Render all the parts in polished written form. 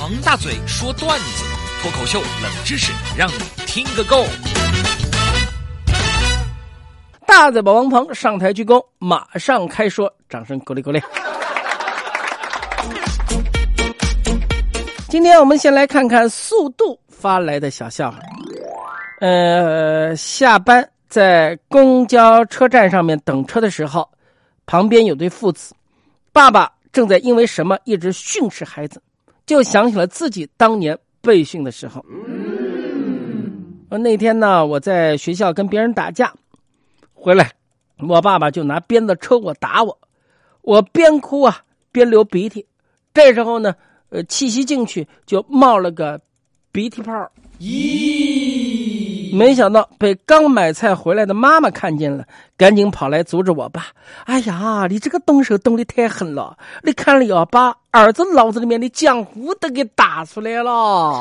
王大嘴说段子，脱口秀冷知识，让你听个够。 大嘴巴王鹏上台鞠躬，马上开说，掌声鼓励鼓励。今天我们先来看看速度发来的小笑话。下班在公交车站上面等车的时候，旁边有对父子，爸爸正在因为什么一直训斥孩子，就想起了自己当年被训的时候。那天呢，我在学校跟别人打架，回来我爸爸就拿鞭子抽我打我，我边哭啊边流鼻涕，这时候呢气息进去就冒了个鼻涕泡。咦，没想到被刚买菜回来的妈妈看见了，赶紧跑来阻止我爸。哎呀，你这个动手动得太狠了，你看了要把儿子脑子里面的浆糊都给打出来了。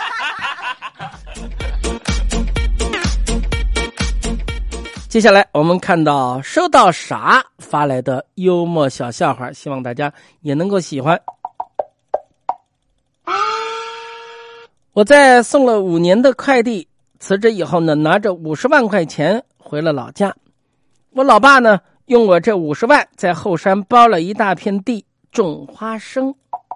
接下来我们看到收到啥发来的幽默小笑话，希望大家也能够喜欢。我在送了5年的快递，辞职以后呢，拿着50万块钱回了老家。我老爸呢，用我这50万在后山包了一大片地种花生。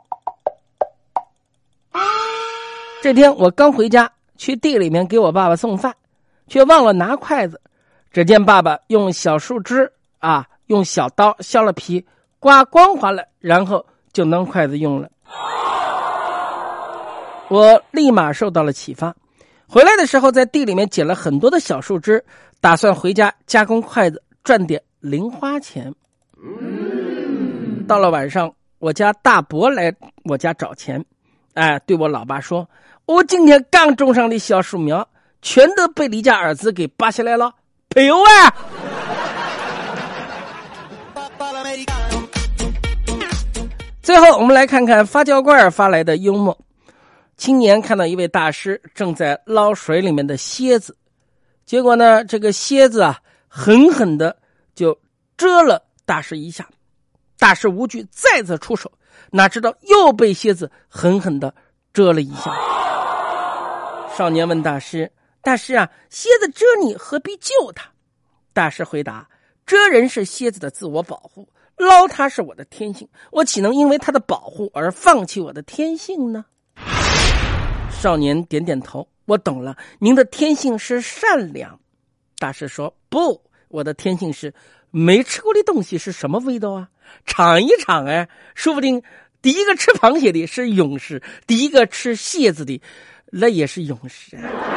这天我刚回家，去地里面给我爸爸送饭，却忘了拿筷子。只见爸爸用小树枝用小刀削了皮，刮光滑了，然后就能筷子用了。我立马受到了启发，回来的时候在地里面捡了很多的小树枝，打算回家加工筷子赚点零花钱。到了晚上，我家大伯来我家找钱，对我老爸说，我今天刚种上的小树苗全都被你家儿子给拔下来了，赔我啊！最后我们来看看发酵罐发来的幽默。青年看到一位大师正在捞水里面的蝎子，结果呢，这个蝎子狠狠的就蛰了大师一下。大师无惧，再次出手，哪知道又被蝎子狠狠的蛰了一下。少年问大师，大师蝎子蛰你何必救他？大师回答，蛰人是蝎子的自我保护，捞它是我的天性，我岂能因为它的保护而放弃我的天性呢？少年点点头，我懂了，您的天性是善良。大师说，不，我的天性是没吃过的东西是什么味道啊？尝一尝说不定第一个吃螃蟹的是勇士，第一个吃蝎子的那也是勇士。